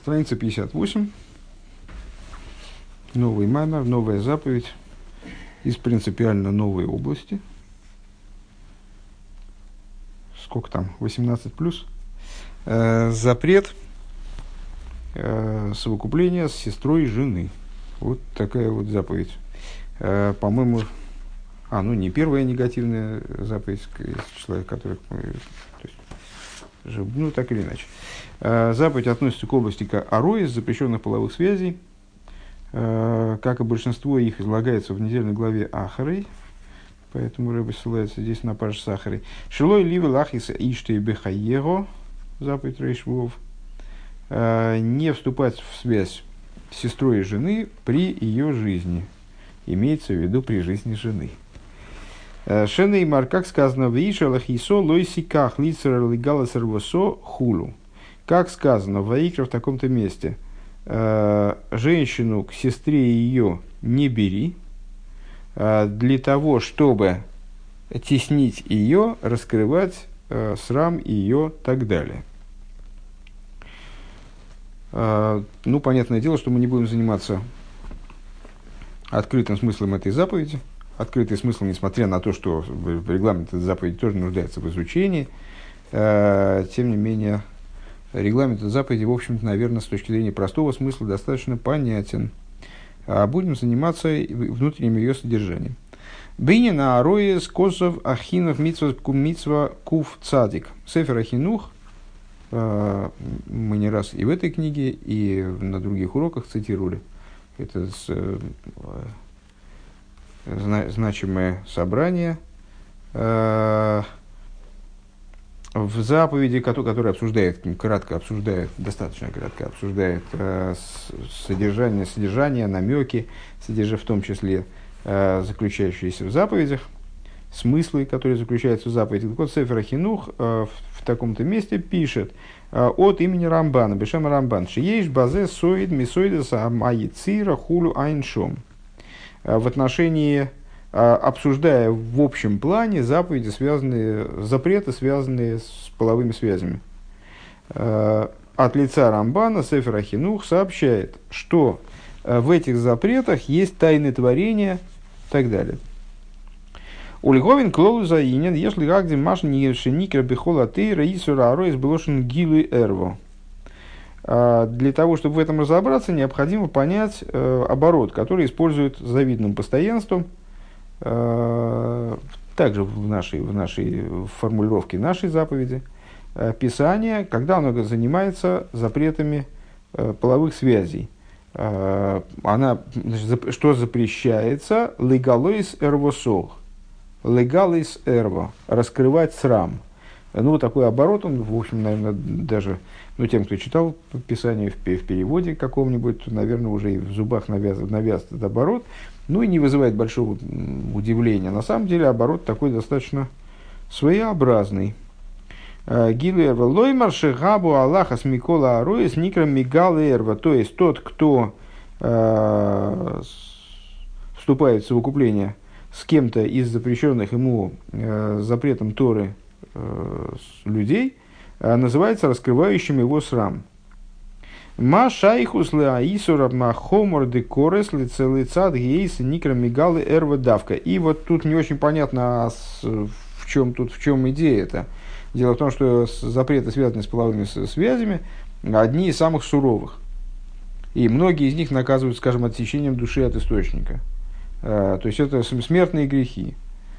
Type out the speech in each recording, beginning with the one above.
Страница 58. Новый маймер, новая заповедь из принципиально новой области. Сколько там? 18 плюс. Запрет совокупления с сестрой жены. Вот такая вот заповедь. По-моему, не первая негативная заповедь из человека, который... так или иначе. Заповедь относится к области ароис, запрещенных половых связей. Как и большинство их излагается в недельной главе Ахарей. Поэтому Рэбе ссылается здесь на Параш Сахарей. Шилой ливы лахис ишты бехаего. Заповедь Рейшвов. Не вступать в связь с сестрой жены при ее жизни. Имеется в виду при жизни жены. Шенеймар, как сказано, в Ишалахисо лойсиках лицер легаласервосо хулу. Как сказано в Аикре в таком-то месте, женщину к сестре ее не бери, для того, чтобы теснить ее, раскрывать срам ее и так далее. Понятное дело, что мы не будем заниматься открытым смыслом этой заповеди. Открытый смысл, несмотря на то, что регламент этой заповеди тоже нуждается в изучении, тем не менее, регламент этой заповеди, в общем-то, наверное, с точки зрения простого смысла достаточно понятен. А будем заниматься внутренним ее содержанием. Бейнина ароес косов ахинов митцва кув цадик. Сефер ахинух, мы не раз и в этой книге, и на других уроках цитировали. Это значимое собрание в заповеди, которая достаточно кратко обсуждает содержание, намеки, в том числе заключающиеся в заповедях, смыслы, которые заключаются в заповедях. Так вот, Сефер Ахинух в таком-то месте пишет от имени Рамбана, Бешема Рамбан, «Шиеш базе соид мисоидаса амайцира хулю айншом». В отношении, обсуждая в общем плане запреты, связанные с половыми связями. От лица Рамбана Сефер Ахинух сообщает, что в этих запретах есть тайны творения и так далее. Ульговин клоу заинен, если гагди машни шеникер бихола тейра исура ароис блошен гилы эрво. Для того, чтобы в этом разобраться, необходимо понять оборот, который используют с завидным постоянством, также в нашей формулировке нашей заповеди, Писание, когда оно занимается запретами половых связей. Что запрещается? Легалис эрвосох. Легалис эрво. Раскрывать срам. Такой оборот, он, в общем, наверное, даже тем, кто читал Писание в переводе каком-нибудь, наверное, уже и в зубах навязан этот оборот, и не вызывает большого удивления. На самом деле, оборот такой достаточно своеобразный. Гилу эрва лоймар шехабу Аллаха с Микола Ароис никра мигал эрва. То есть, тот, кто вступает в совокупление с кем-то из запрещенных ему запретом Торы людей, называется раскрывающим его срам. Ма шайхус леаисура махомор декорес лицад гейс никра мигалы эрва давка. И вот тут не очень понятно, в чем идея это. Дело в том, что запреты, связанные с половыми связями, одни из самых суровых. И многие из них наказывают, скажем, отсечением души от источника. То есть это смертные грехи.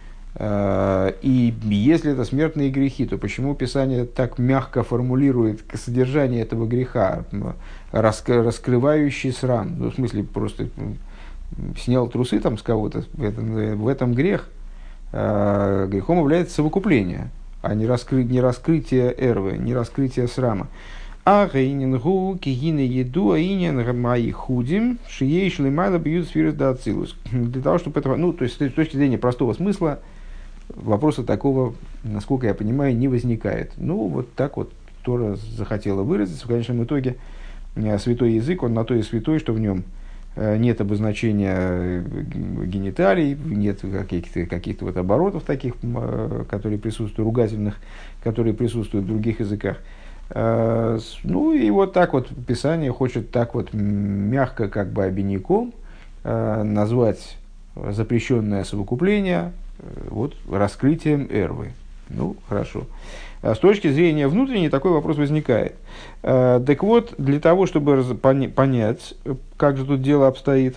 И если это смертные грехи, то почему Писание так мягко формулирует содержание этого греха, раскрывающий срам? В смысле, просто снял трусы там с кого-то, в этом грех. Грехом является совокупление, а не раскрытие эрвы, не раскрытие срама. А гейнингу кигины еду аинен мои худим шией шлемайла бьют сферы да ацилус. Для того, чтобы этого, то есть с точки зрения простого смысла, вопроса такого, насколько я понимаю, не возникает. Вот так вот Тора захотела выразиться. В конечном итоге святой язык, он на то и святой, что в нем нет обозначения гениталий, нет каких-то оборотов таких, которые присутствуют, ругательных, которые присутствуют в других языках. Ну и вот так вот Писание хочет так вот мягко, как бы обиняком, назвать запрещенное совокупление вот раскрытием эрвы. Ну, хорошо. С точки зрения внутренней такой вопрос возникает. Так вот, для того, чтобы понять, как же тут дело обстоит,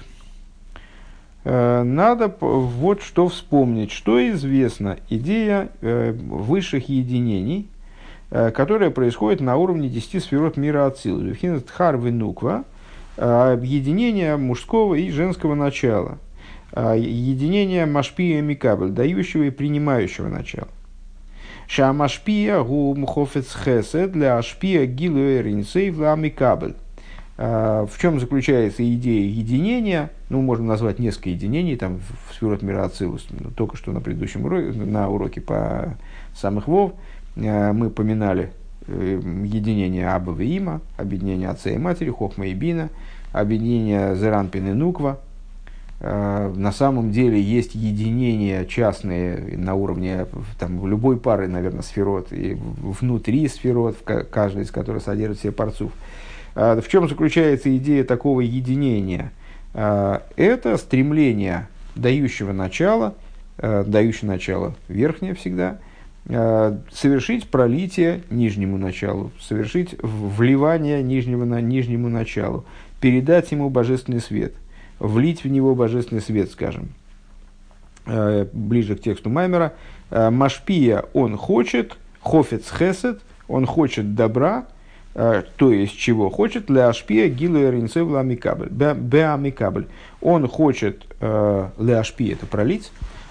надо вот что вспомнить, что известно идея высших единений, которая происходит на уровне 10 сферот мира Ацилус. Тхар венуква, объединение мужского и женского начала, единение машпия и микабль, дающего и принимающего начала. Шамашпия гу мухофец хесед для ашпия гилу эринсей вла микабль. В чем заключается идея единения? Ну, можно назвать несколько единений, там в сферот мира Ацилус. Только что на предыдущем уроке, на уроке по самых вов, мы поминали единение Аба и Има, объединение отца и матери, Хохма и Бина, объединение Зеранпин и Нуква. На самом деле есть единения частные на уровне там, любой пары, наверное, сферот, и внутри сферот, каждый из которых содержит в себе парцуф. В чем заключается идея такого единения? Это стремление дающего начала верхнее всегда, совершить пролитие нижнему началу, совершить вливание нижнему началу, передать ему божественный свет, влить в него божественный свет, скажем, ближе к тексту Маймера. Машпия он хочет, хофец хесед, он хочет добра, то есть чего хочет, ля ашпия гилу эринцев ла микабль, беа микабль. Он хочет ля ашпия, это пролить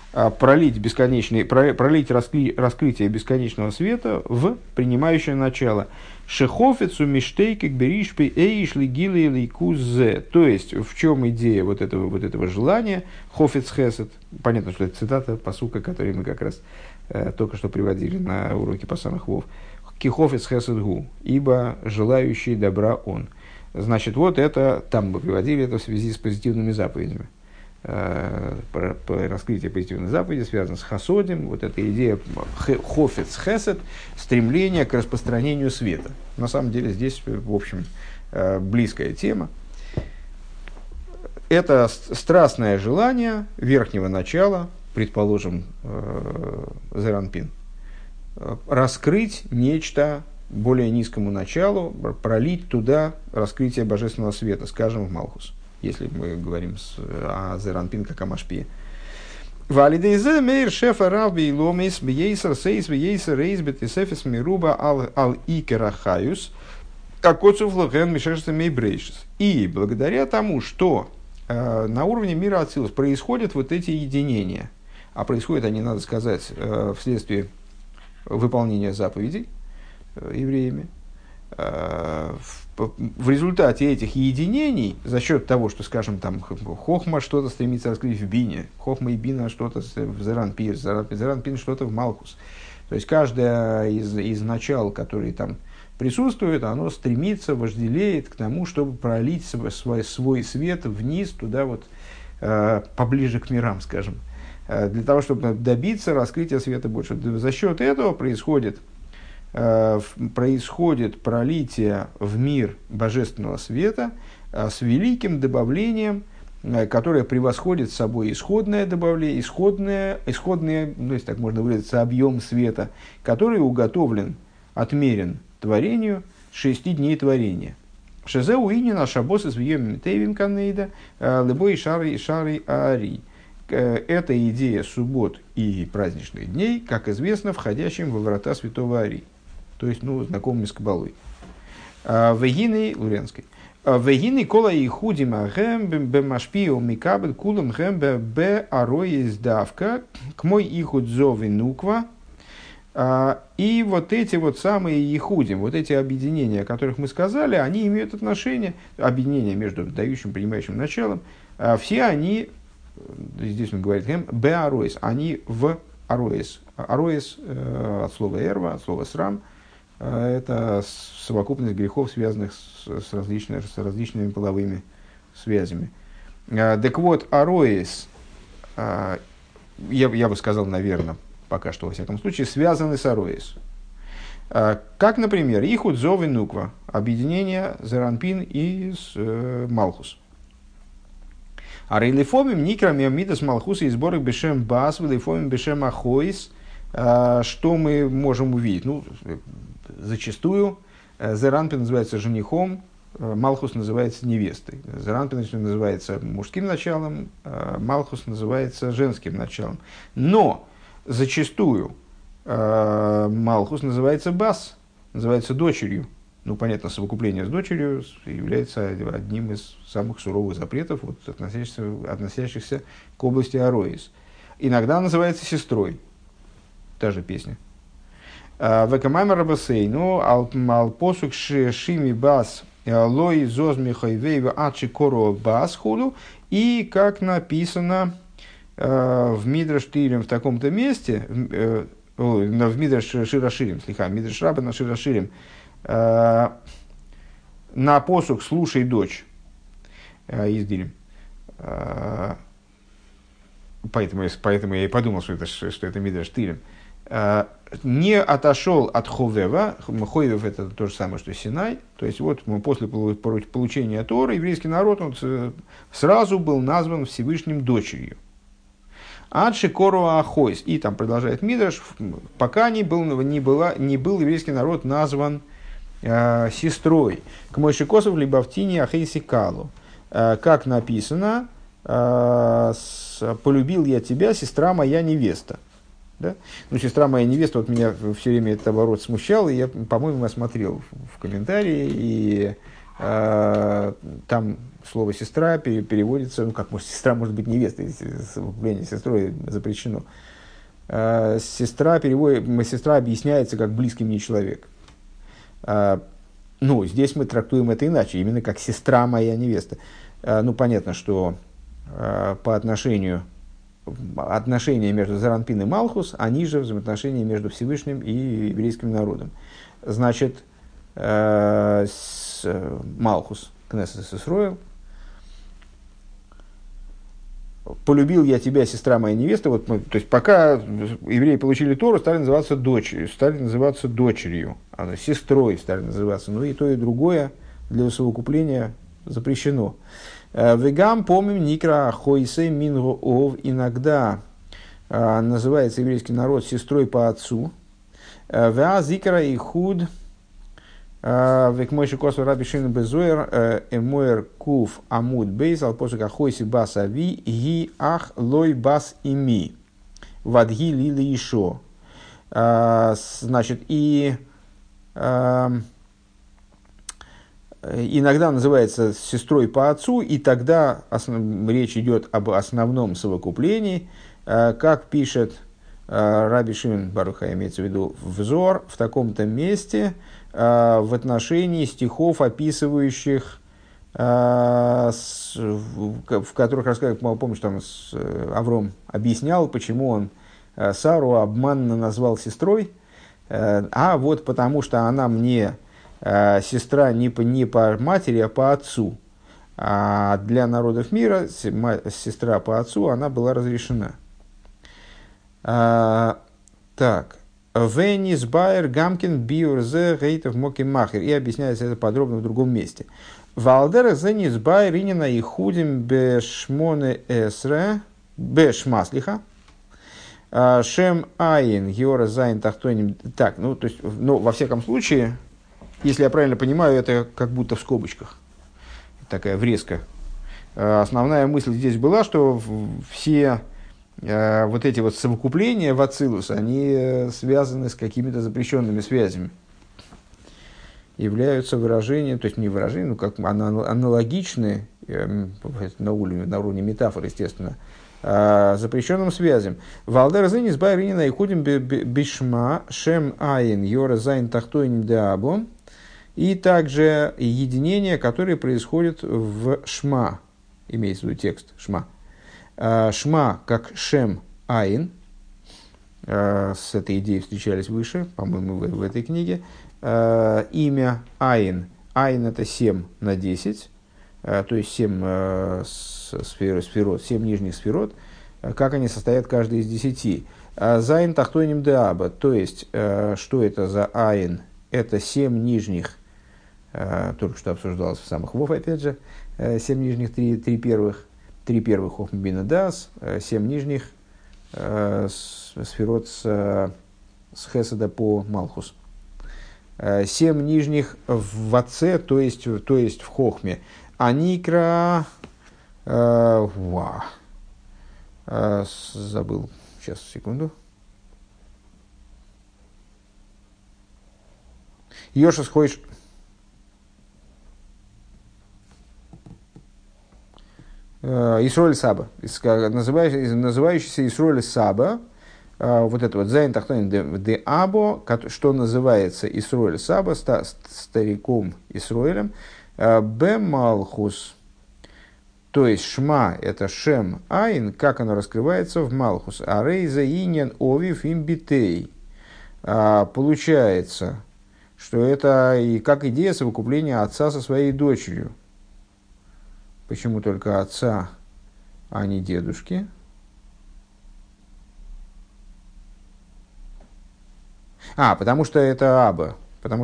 раскрытие бесконечного света в принимающее начало. Шехофицу миштейкик беришпи эйшли гилы лейкузе. То есть, в чем идея вот этого желания? Хофиц хесед. Понятно, что это цитата пасука, который мы как раз только что приводили на уроке по самых вов. Кихофиц хесед гу. Ибо желающий добра он. Значит, вот это, там мы приводили это в связи с позитивными заповедями. Раскрытие позитивной заповеди связано с хасодим, вот эта идея хофец хесед, стремление к распространению света. На самом деле здесь, в общем, близкая тема. Это страстное желание верхнего начала, предположим, Зеранпин, раскрыть нечто более низкому началу, пролить туда раскрытие божественного света, скажем, в Малхус, если мы говорим о Зеранпин как о Машпии. Валидейзе мейр шефа рав бейломис бейсер сейс бейсер рейс бетисефис мируба ал икерахаюс акоцув логен мишешта мейбрейшис. И благодаря тому, что на уровне мира Ацилус происходят вот эти единения, а происходят они, надо сказать, вследствие выполнения заповедей евреями, в результате этих единений, за счет того, что, скажем, там, Хохма что-то стремится раскрыть в Бине, Хохма и Бина что-то в Зеранпин, Зеранпин что-то в Малхус. То есть, каждое из начал, которые там присутствует, оно стремится, вожделеет к тому, чтобы пролить свой свет вниз, туда вот, поближе к мирам, скажем, для того, чтобы добиться раскрытия света больше. За счет этого происходит пролитие в мир божественного света с великим добавлением, которое превосходит собой исходное добавление, исходное, ну, если так можно выразиться, объем света, который уготовлен, отмерен творению 6 дней творения. Шезе уинина шабос из вьем тейвим канейда лебой шары аари. Это идея суббот и праздничных дней, как известно, входящим во врата святого Ари. То есть, ну, знакомыми с Кабалой. Вегины Луренской. Вегины кола и худима гэм бэмашпио микабель кулам гэм бэ ароис давка к мой ихуд зови нуква. И вот эти вот самые ихудим, вот эти объединения, о которых мы сказали, они имеют отношение, объединение между дающим и принимающим началом, все они, здесь он говорит гэм, бэ ароис, они в ароис. Ароис от слова эрва, от слова срам, это совокупность грехов, связанных с различными половыми связями. Так вот, ароис, я бы сказал, наверное, пока что, во всяком случае, связаны с ароис. Как, например, Ихуд Зов и Нуква, объединение Зеранпин и Малхус. А рейлифомим никрами мидас Малхуса и сборок бешем бас, рейлифомим бешем ахоис. Что мы можем увидеть? Ну, зачастую Зеранпин называется женихом, Малхус называется невестой. Зеранпин называется мужским началом, Малхус называется женским началом. Но зачастую Малхус называется бас, называется дочерью. Ну, понятно, совокупление с дочерью является одним из самых суровых запретов, вот, относящихся к области Ароис. Иногда называется сестрой. Та же песня. Векамаймер Рабасей, ну, алпосук шими бас лой зоз михайвейва ачи коро бас худу. И как написано в Мидраш Тилем в таком-то месте, в Мидраш Широширим, Мидраш Раба на Широширим, на посух «Слушай, дочь» из Дилем. Поэтому я и подумал, что это Мидраш Тилем. Не отошел от Ховева. Ховев — это то же самое, что Синай. То есть, вот после получения Торы еврейский народ он сразу был назван Всевышним дочерью. Адши кору ахойс. И там продолжает Мидраш, пока не был еврейский народ назван сестрой. К Мойши Косов либо в тине ахейси калу. Как написано, полюбил я тебя, сестра моя невеста. Да? Ну, сестра моя невеста, вот меня все время этот оборот смущал, и я, по-моему, осмотрел в комментарии, и там слово «сестра» переводится, ну, как может, сестра может быть невестой, совокупление с сестрой запрещено. Сестра объясняется как близкий мне человек. Ну, здесь мы трактуем это иначе, именно как «сестра моя невеста». Ну, понятно, что по отношения между Заранпин и Малхус, они же взаимоотношения между Всевышним и еврейским народом. Значит, Малхус, Кнессес Исроэл, полюбил я тебя, сестра моя невеста. Вот, то есть, пока евреи получили Тору, стали называться дочерью, сестрой стали называться. Ну, и то, и другое для совокупления запрещено. Вегам, помним, никра хойсе мингу ов, иногда называется еврейский народ сестрой по отцу. Веа зикра и худ, век мойши косу раби шин безуэр, эмуэр кув амуд бейс, алпосук ахойси бас ави, ги ах лой бас ими, вадги лили еще. Значит, и иногда называется сестрой по отцу, и тогда речь идет об основном совокуплении, как пишет Раби Шимон Баруха, имеется в виду взор, в таком-то месте в отношении стихов, описывающих, в которых рассказывает, помнишь, там Авром объяснял, почему он Сару обманно назвал сестрой, а вот потому что она мне сестра не по матери, а по отцу. А для народов мира сестра по отцу, она была разрешена. Так. Венис Байер Гамкин Биурзе Гейтов Моки Махер. И объясняется это подробно в другом месте. Валдера Зенис Байер Инина и Худим Бешмоне Эсре Бешмаслиха. Шем Айн Геора Зайн Тахтоним. Так, ну, то есть, ну, во всяком случае, если я правильно понимаю, это как будто в скобочках. Такая врезка. Основная мысль здесь была, что все вот эти вот совокупления в Ацилус, они связаны с какими-то запрещенными связями. Являются выражением, то есть не выражением, но как аналогичны на уровне метафор, естественно, запрещенным связям. Валдер зенис байринина и ходим бишма шем айн йора зайн тахтойним деабо. И также единение, которое происходит в шма, имеется в виду текст шма. Шма как шем айн, с этой идеей встречались выше, по-моему, в этой книге. Имя айн, айн это 7 на 10, то есть 7 сферот, 7 нижних сферот, как они состоят каждый из 10. Зайн тахтойним де аба, то есть, что это за айн? Это 7 нижних, только что обсуждалось в самых вов, опять же, 7 нижних, 3 первых хохма бина дас, 7 нижних сферот с хеседа по малхус. 7 нижних в отце, то есть в хохме. Аникра, забыл, сейчас, секунду. Йошас ходишь. Исроль Саба, называющийся Исроль Саба, вот это вот Зайн Тахтонин де Або, что называется Исроль Саба, стариком Исроэлем, Б Малхус, то есть Шма, это Шем Айн, как оно раскрывается в Малхус, а Рейза Иньян Овив Имбитей. Получается, что это и как идея совокупления отца со своей дочерью. Почему только отца, а не дедушки? Потому что это Аба.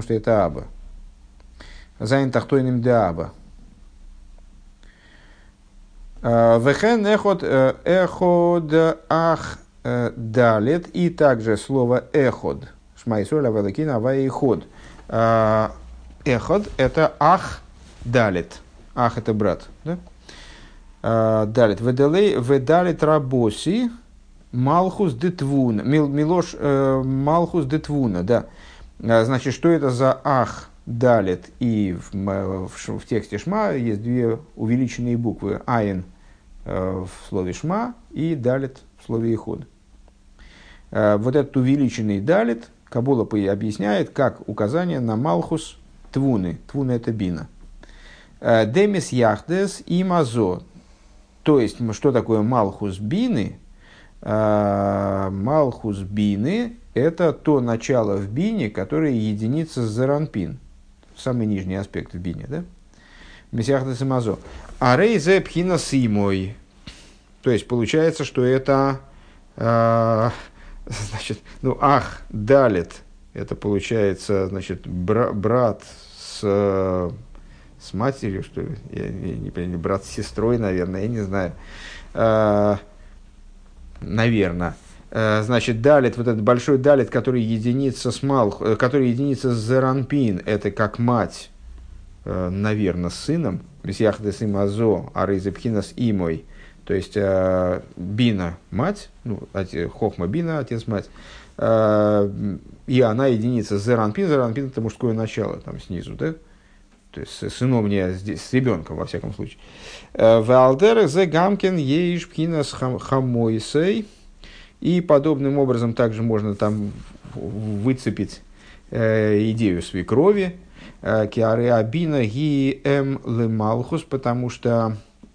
Зайн тахтойным де Аба. Вехен эход ах далет. И также слово эход. Шмайсоль авелакин авай эход. Эход это ах далет. Ах, это брат. Да? Далит. Ведалит рабоси малхус детвуна. Милош малхус детвуна. Да. Значит, что это за ах далит? И в тексте Шма есть две увеличенные буквы. Айн в слове Шма и далит в слове Иход. Вот этот увеличенный далит Кабула объясняет как указание на малхус твуны. Твуна это бина. Демис яхдес и мазо. То есть, что такое малхус бины? Малхус бины – это то начало в бине, которое единится с заранпин. Самый нижний аспект в бине. Да? Месяхдес и мазо. А рейзе пхина симой. То есть, получается, что это значит, ах, далит. Это получается, значит, брат с матерью, что ли, я не понимаю, брат с сестрой, наверное, я не знаю, наверное. Значит, далит, вот этот большой далит, который единится с заранпин, это как мать, наверное, с сыном, месьяхдес и мазо, арейзепхина с имой, то есть бина мать, хохма бина, отец мать, и она единится с заранпин, заранпин это мужское начало, там снизу, да? То есть с сыном не здесь, с ребенком, во всяком случае. Валдер зе гамкин еиш пхина с хамойсей. И подобным образом также можно там выцепить идею свекрови. Киаре абина ги эм лемалхус, потому что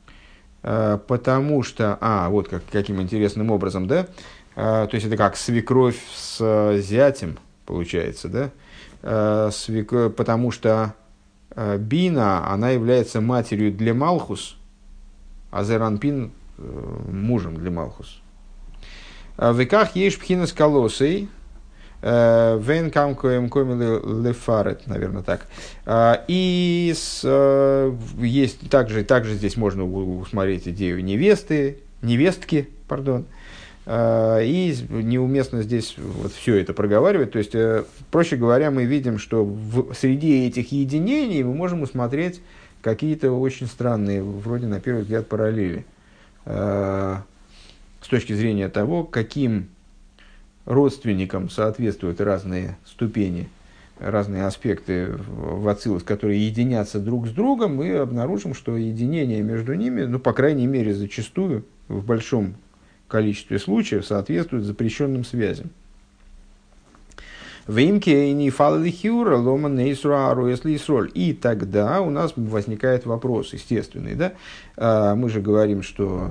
вот каким интересным образом, да? То есть это как свекровь с зятем, получается, да? Потому что бина, она является матерью для Малхус, а Зеранпин мужем для Малхус. В веках есть пхина с колосой, вен камкоем комили лефарет, наверное, так. И есть также здесь можно усмотреть идею невестки, пардон. И неуместно здесь вот все это проговаривать. То есть, проще говоря, мы видим, что среди этих единений мы можем усмотреть какие-то очень странные, вроде на первый взгляд, параллели. С точки зрения того, каким родственникам соответствуют разные ступени, разные аспекты в ацилус, которые единятся друг с другом, мы обнаружим, что единение между ними, по крайней мере, зачастую, в большом количестве случаев соответствует запрещенным связям. И тогда у нас возникает вопрос естественный. Да? Мы же говорим, что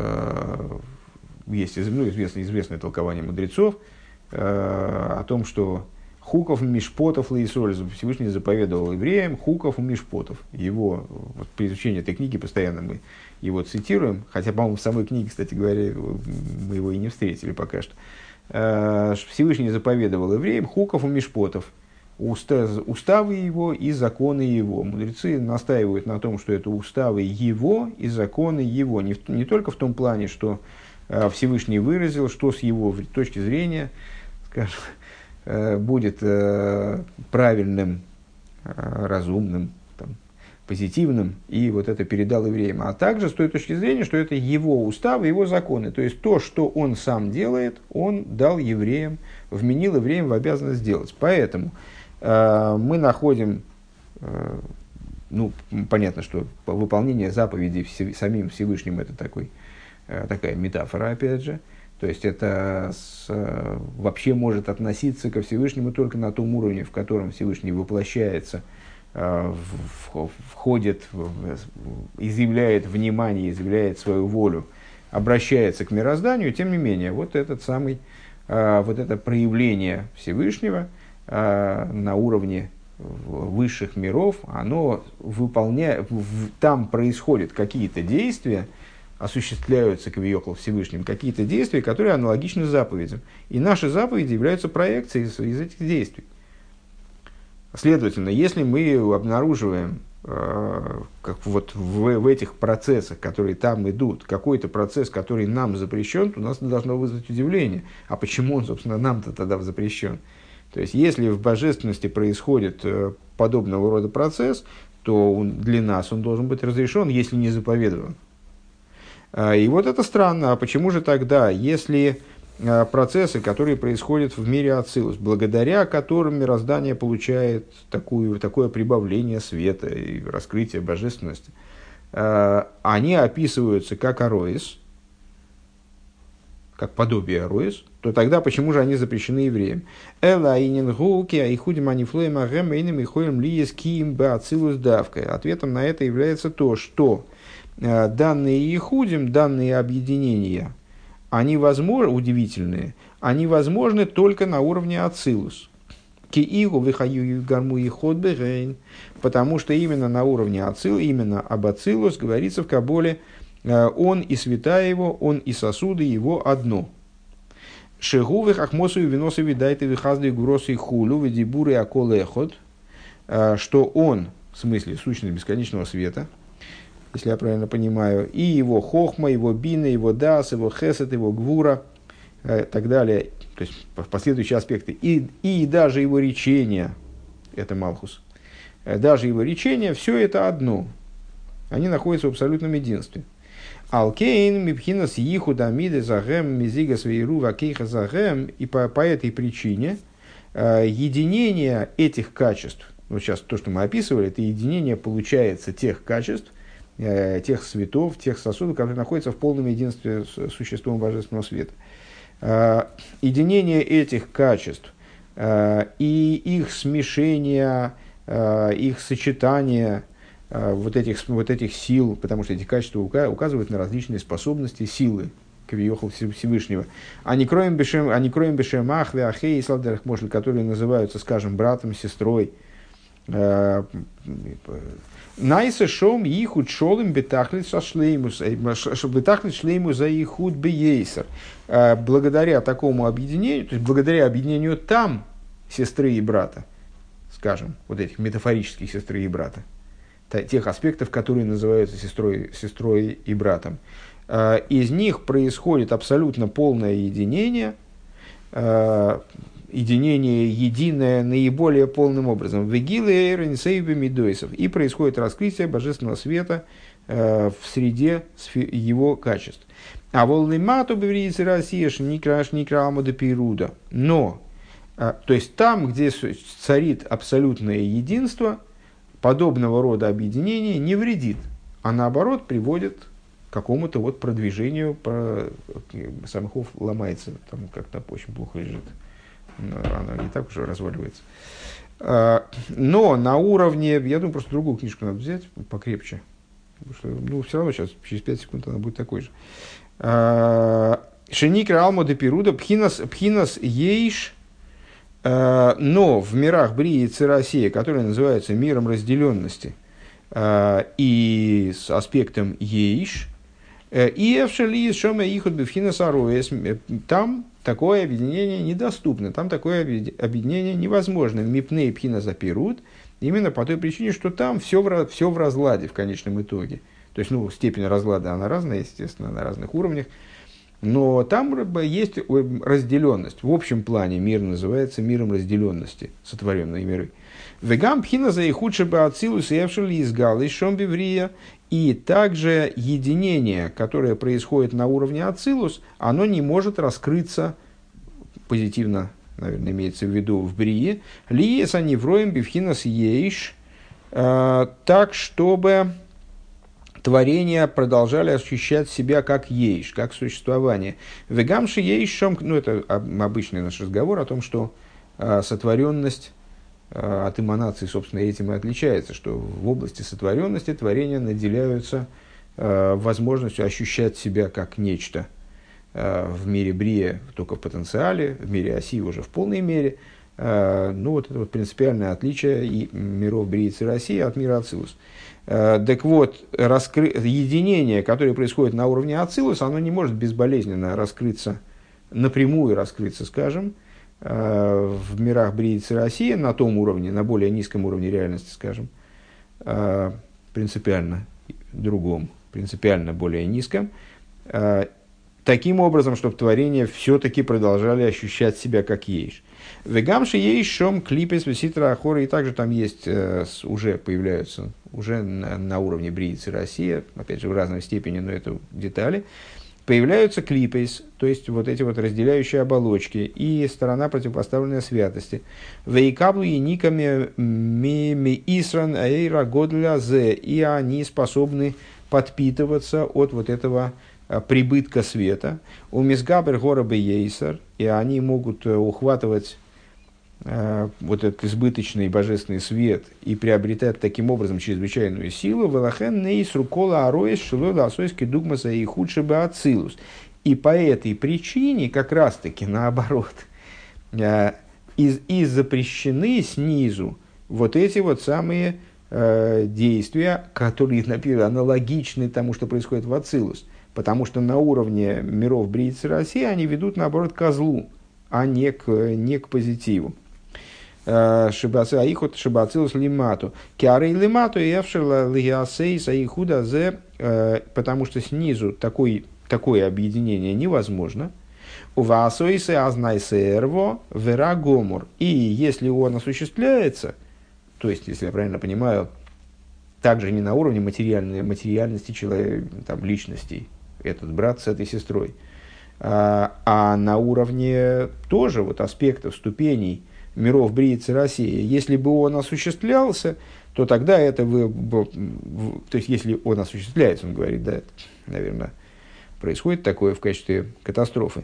есть известное толкование мудрецов о том, что хуков мишпотов лаисроль Всевышний заповедовал евреям хуков и мишпотов. Его при изучении этой книги постоянно мы его цитируем, хотя, по-моему, в самой книге, кстати говоря, мы его и не встретили пока что. Всевышний заповедовал евреям хуков и мишпотов, уставы его и законы его. Мудрецы настаивают на том, что это уставы его и законы его. Не только в том плане, что Всевышний выразил, что с его точки зрения, скажем, будет правильным, разумным, там, позитивным, и вот это передал евреям. А также с той точки зрения, что это его уставы, его законы. То есть то, что он сам делает, он дал евреям, вменил евреям в обязанность делать. Поэтому мы находим, ну, понятно, что выполнение заповедей самим Всевышним это такая метафора, опять же. То есть это вообще может относиться ко Всевышнему только на том уровне, в котором Всевышний воплощается, входит, изъявляет внимание, изъявляет свою волю, обращается к мирозданию. Тем не менее, вот это проявление Всевышнего на уровне высших миров, оно там происходят какие-то действия, осуществляются кавиохал Всевышним, какие-то действия, которые аналогичны заповедям. И наши заповеди являются проекцией из этих действий. Следовательно, если мы обнаруживаем, как вот в этих процессах, которые там идут, какой-то процесс, который нам запрещен, то у нас должно вызвать удивление. А почему он, собственно, нам-то тогда запрещен? То есть, если в божественности происходит подобного рода процесс, то для нас он должен быть разрешен, если не заповедован. И вот это странно. А почему же тогда, если процессы, которые происходят в мире Ацилус, благодаря которым мироздание получает такое прибавление света и раскрытие божественности, они описываются как ароис, как подобие ароис, то тогда почему же они запрещены евреям? Ответом на это является то, что данные Иехудим, данные объединения, они возможны, удивительные, они возможны только на уровне Ацилус. Потому что именно на уровне Ацилус, именно об Ацилус говорится в Каболе, он и святая его, он и сосуды его одно. Шегувы хахмосу и виносу видайте вихазды гуросы хулю ведибуры аколехот, что он, в смысле сущность бесконечного света, если я правильно понимаю, и его хохма, его бина, его дас, его хесед, его гвура, и так далее, то есть последующие аспекты, и даже его речения, это Малхус, даже его речения, все это одно, они находятся в абсолютном единстве. Алкейн, мипхинас, ихуда, миды, загем, мизига, свейру, вакейха, загем, и по этой причине единение этих качеств, вот сейчас то, что мы описывали, это единение получается тех качеств, тех светов, тех сосудов, которые находятся в полном единстве с существом божественного света. Единение этих качеств и их смешение, их сочетание, вот этих сил, потому что эти качества указывают на различные способности, силы кавиохал Всевышнего. Они кроем бешем ахве ахей и сладерах мошель, которые называются, скажем, братом, сестрой. Найса шом ихуд шолым бетахлит шлеймус за ихуд бейсер. Благодаря такому объединению, то есть благодаря объединению там сестры и брата, скажем, вот этих метафорических сестры и брата, тех аспектов, которые называются сестрой и братом, из них происходит абсолютно полное единение, единое наиболее полным образом. И происходит раскрытие божественного света в среде его качеств. А волнымату беврицы Россия шникраш никрамода пируда. Но, то есть там, где царит абсолютное единство, подобного рода объединение не вредит, а наоборот приводит к какому-то вот продвижению. Самохов ломается, там как-то очень плохо лежит. Она не так уже разваливается. Но на уровне, я думаю, просто другую книжку надо взять покрепче. Потому что, все равно сейчас, через 5 секунд она будет такой же. Шеникра алмо де пируда пхинас ейш, но в мирах Брии и Цирасия, которые называются миром разделенности, и с аспектом ейш, И эвшели шома ихот бифхина сароес. Там такое объединение недоступно, там такое объединение невозможно. Мипней пхина запирут. Именно по той причине, что там все в разладе в конечном итоге. То есть, ну, степень разлада, она разная, естественно, на разных уровнях. Но там есть разделенность. В общем плане мир называется миром разделенности, сотворенные миры. Вегам пхина за ихудше бы ацилус и эвшели из галы шомбиврия. И также единение, которое происходит на уровне ацилус, оно не может раскрыться позитивно, наверное, имеется в виду в брии. Лиес они вроем бифхинас ейш, так, чтобы творения продолжали ощущать себя как ейш, как существование. Вегамши ейшом, ну это обычный наш разговор о том, что сотворенность от эманации, собственно, этим и отличается, что в области сотворенности творения наделяются возможностью ощущать себя как нечто. В мире брия только в потенциале, в мире оси уже в полной мере. Ну, вот это вот принципиальное отличие и миров брии и России от мира Ацилус. Так вот, единение, которое происходит на уровне Ацилус, оно не может безболезненно раскрыться, напрямую раскрыться, скажем, в мирах брии и России на том уровне, на более низком уровне реальности, скажем, принципиально другом, принципиально более низком, таким образом, чтобы творения все-таки продолжали ощущать себя как ейш. Вегамши ейш шом клипес виситра ахора, и также там есть, уже появляются, уже на уровне брии и России, опять же в разной степени, но это детали, появляются клипейс, то есть вот эти вот разделяющие оболочки и сторона противопоставленной святости. Вейкаблу и никами ми исран эйра годля зе, и они способны подпитываться от вот этого прибытка света. У мисгабер гора бейсер, и они могут ухватывать вот этот избыточный божественный свет и приобретать таким образом чрезвычайную силу. Велахен нейс рукола ароис шилола асойски дугмаса и худше бы ацилус. И по этой причине, как раз таки наоборот, и запрещены снизу вот эти вот самые действия, которые, например, аналогичны тому, что происходит в ацилус. Потому что на уровне миров брии и России они ведут, наоборот, к злу, а не к позитиву. Шибацилус лимату. Киарей лимату и эвшерла лиасейс аихуда зе, потому что снизу такое объединение невозможно. У ваасойсе азнайсерво вера гомор. И если он осуществляется, то есть, если я правильно понимаю, также не на уровне материальности человека, там, личностей, этот брат с этой сестрой, а на уровне тоже вот аспектов, ступеней миров брии и России. Если бы он осуществлялся, то тогда это... То есть, если он осуществляется, он говорит, да, это, наверное, происходит такое в качестве катастрофы.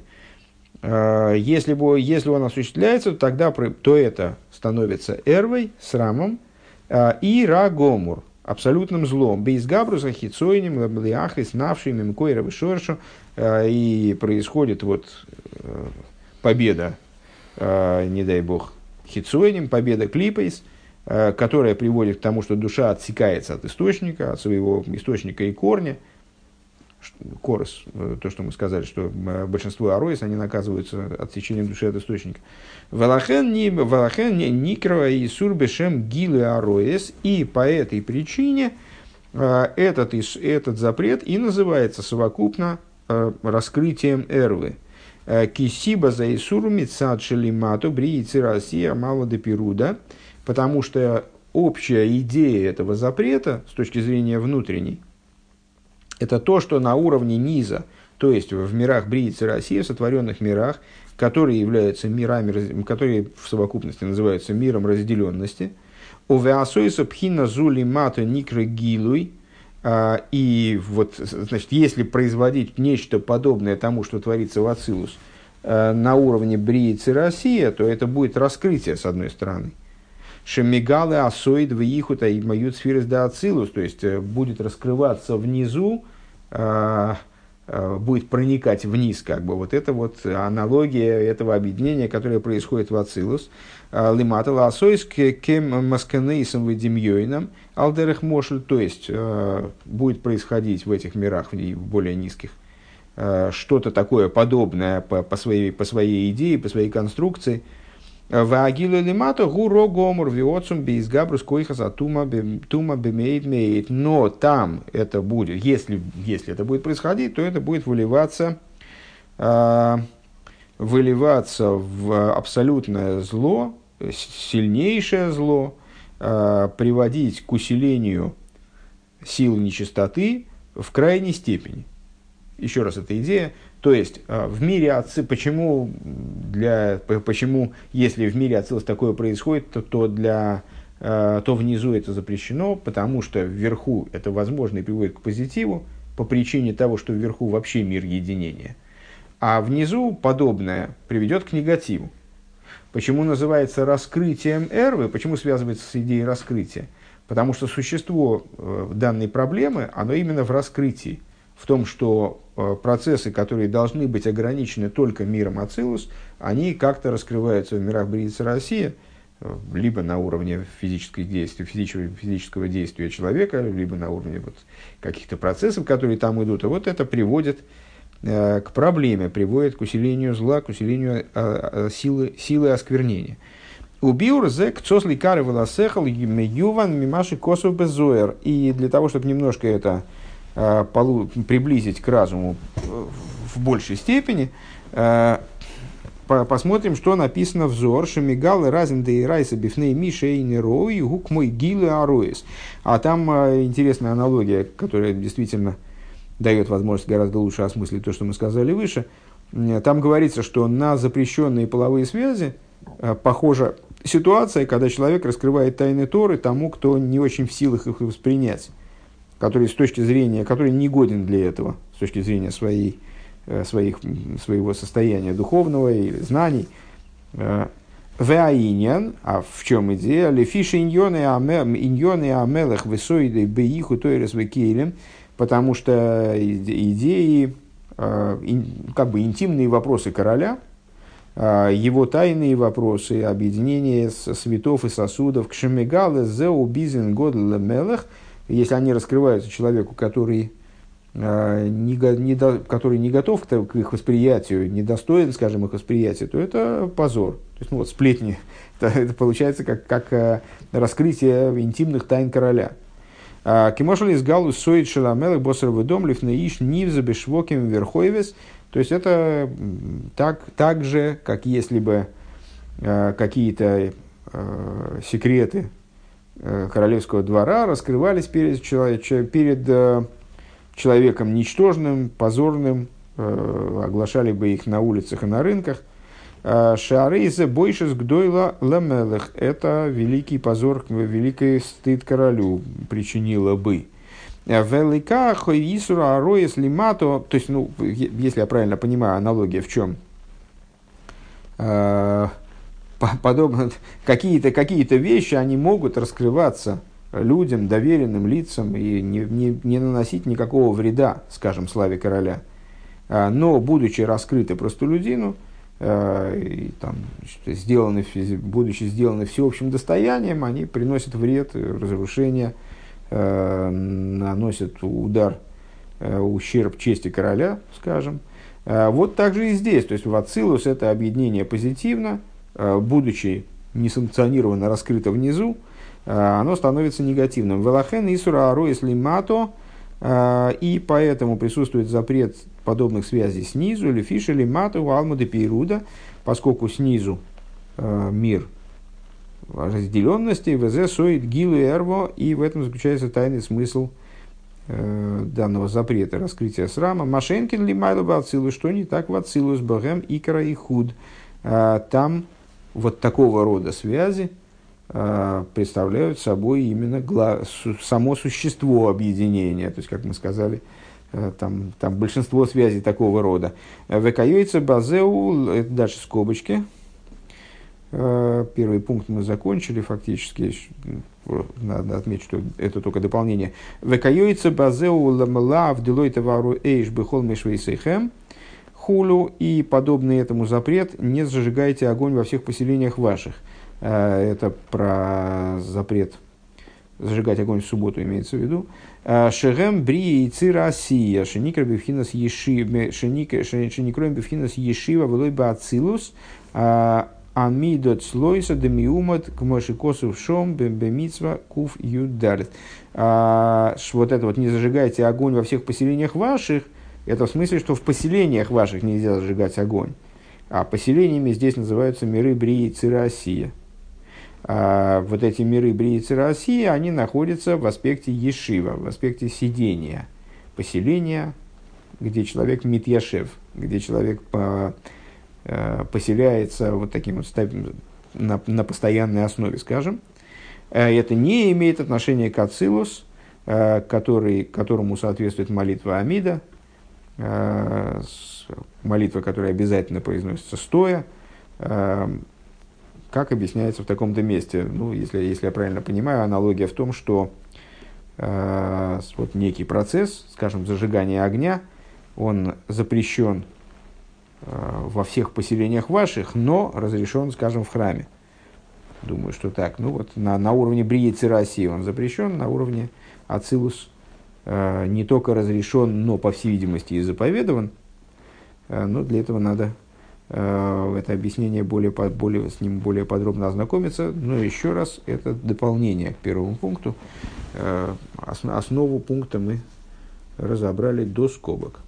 Если он осуществляется, то тогда то это становится эрвой, срамом, и рагомур, абсолютным злом. Бейс габруса хитсойним лаблиахи снавшими мкойра шоршу, и происходит вот победа, не дай бог, хитсойним, победа клипейс, которая приводит к тому, что душа отсекается от источника, от своего источника и корня. Корос, то, что мы сказали, что большинство ароис, они наказываются отсечением души от источника. Валахен никрова и сурбешем гилы ароис, и по этой причине этот запрет и называется совокупно раскрытием эрвы. Кисиба за Исуру мицад шелимату бриицы Россия мало де пируда, потому что общая идея этого запрета с точки зрения внутренней, это то, что на уровне низа, то есть в мирах бриицы России, в сотворенных мирах, которые являются мирами, которые в совокупности называются миром разделенности, увеасойса пхина зули мато никры гилуй. И вот, значит, если производить нечто подобное тому, что творится в Ацилус, на уровне брии и России, то это будет раскрытие, с одной стороны. Шемигалы асоид в ихута и мою сферы да Ацилус, то есть будет раскрываться внизу будет проникать вниз, как бы. Вот это вот аналогия этого объединения, которое происходит в Ацилус. Лимата ласойс кем масканейсом выдемьёйном алдерах мошель, то есть будет происходить в этих мирах, в более низких, что-то такое подобное по своей идее, по своей конструкции. Ваагилу лимата гуро гомор виоцум бейсгабрус койхаса тума бемейт. Но там это будет, если это будет происходить, то это будет выливаться в абсолютное зло, сильнейшее зло, приводить к усилению сил нечистоты в крайней степени. Еще раз, эта идея. То есть, в мире почему, если в мире Ацилус такое происходит, то внизу это запрещено, потому что вверху это возможно и приводит к позитиву, по причине того, что вверху вообще мир единения. А внизу подобное приведет к негативу. Почему называется раскрытием эрвы? Почему связывается с идеей раскрытия? Потому что существо данной проблемы, оно именно в раскрытии. В том, что процессы, которые должны быть ограничены только миром Ацилус, они как-то раскрываются в мирах Бриица Россия, либо на уровне физического действия человека, либо на уровне каких-то процессов, которые там идут. И вот это приводит к проблеме, приводит к усилению зла, к усилению силы осквернения. Убиур зэк цосли кары волосехал юван мимаши косов безоэр. И для того, чтобы немножко это приблизить к разуму в большей степени, посмотрим, что написано в Зор. Шемигал разин де райса бифней мишей нерои гук мой гилы ароис. А там интересная аналогия, которая действительно дает возможность гораздо лучше осмыслить то, что мы сказали выше. Там говорится, что на запрещенные половые связи похожа ситуация, когда человек раскрывает тайны Торы тому, кто не очень в силах их воспринять, который который не годен для этого, с точки зрения своего состояния духовного или знаний. Веаиньян, а в чем идея? Лефиши иньоны амелах высоиды беиху тойрес векейлем, потому что идеи, как бы интимные вопросы короля, его тайные вопросы, объединение святов и сосудов, кшемегалы зеу бизин годл мелах, если они раскрываются человеку, который не готов к их восприятию, недостоин, скажем, их восприятия, то это позор. То есть, сплетни. Это получается как раскрытие интимных тайн короля. Кимошали из галус соид шеламелых босровый дом лифнаиш нивза бешвоким верхойвес. То есть это так же, как если бы какие-то секреты королевского двора раскрывались перед человеком ничтожным, позорным, оглашали бы их на улицах и на рынках. Шаарейзе бойшес гдойла ламелех. Это великий позор, великий стыд королю причинило бы. Велика хойисура ароес лимато. То есть, если я правильно понимаю, аналогия в чем? Подобно, какие-то вещи, они могут раскрываться людям, доверенным лицам и не наносить никакого вреда, скажем, славе короля. Но, будучи раскрыты простолюдину, будучи сделаны всеобщим достоянием, они приносят вред, разрушение, наносят удар, ущерб чести короля, скажем. Вот так же и здесь. То есть в Ацилус это объединение позитивно, будучи несанкционированно раскрыто внизу, оно становится негативным. Велахен исура ароис лимато, и поэтому присутствует запрет подобных связей снизу, лефиша лимато уалмуды пейруда, поскольку снизу мир разделенности, вз соид гилу эрво, и в этом заключается тайный смысл данного запрета раскрытия срама. Машенкин лимайло в Ацилус, что не так в Ацилус, богем икра и худ. Там вот такого рода связи представляют собой именно само существо объединения. То есть, как мы сказали, там большинство связей такого рода. Векайойца базеу, это дальше скобочки. Первый пункт мы закончили фактически. Надо отметить, что это только дополнение. «Векайойца базеу ламла вделой товару эйш бихол мешвейсейхэм хулю». И подобный этому запрет: «Не зажигайте огонь во всех поселениях ваших». Это про запрет зажигать огонь в субботу имеется в виду. «Шегем бри и цира асия, шеникроем бифхинас ешива, велой баацилус, амидот слойса демиумат кмоши косов шом бембемитсва куф юдарит». Вот это вот: «не зажигайте огонь во всех поселениях ваших», это в смысле, что в поселениях ваших нельзя зажигать огонь. А поселениями здесь называются миры Брии и Цира Асия. Вот эти миры Брии и Цира Асия, они находятся в аспекте ешива, в аспекте сидения. Поселения, где человек митьяшев, где человек поселяется вот таким вот на постоянной основе, скажем. Это не имеет отношения к ацилус, которому соответствует молитва Амида, молитва, которая обязательно произносится стоя, как объясняется в таком-то месте. Ну, если я правильно понимаю, аналогия в том, что вот некий процесс, скажем, зажигания огня, он запрещен во всех поселениях ваших, но разрешен, скажем, в храме. Думаю, что так. Ну вот на уровне Брии Цира Асия он запрещен, на уровне Ацилус не только разрешен, но, по всей видимости, и заповедован. Но для этого надо это объяснение с ним более подробно ознакомиться. Но еще раз, это дополнение к первому пункту. Основу пункта мы разобрали до скобок.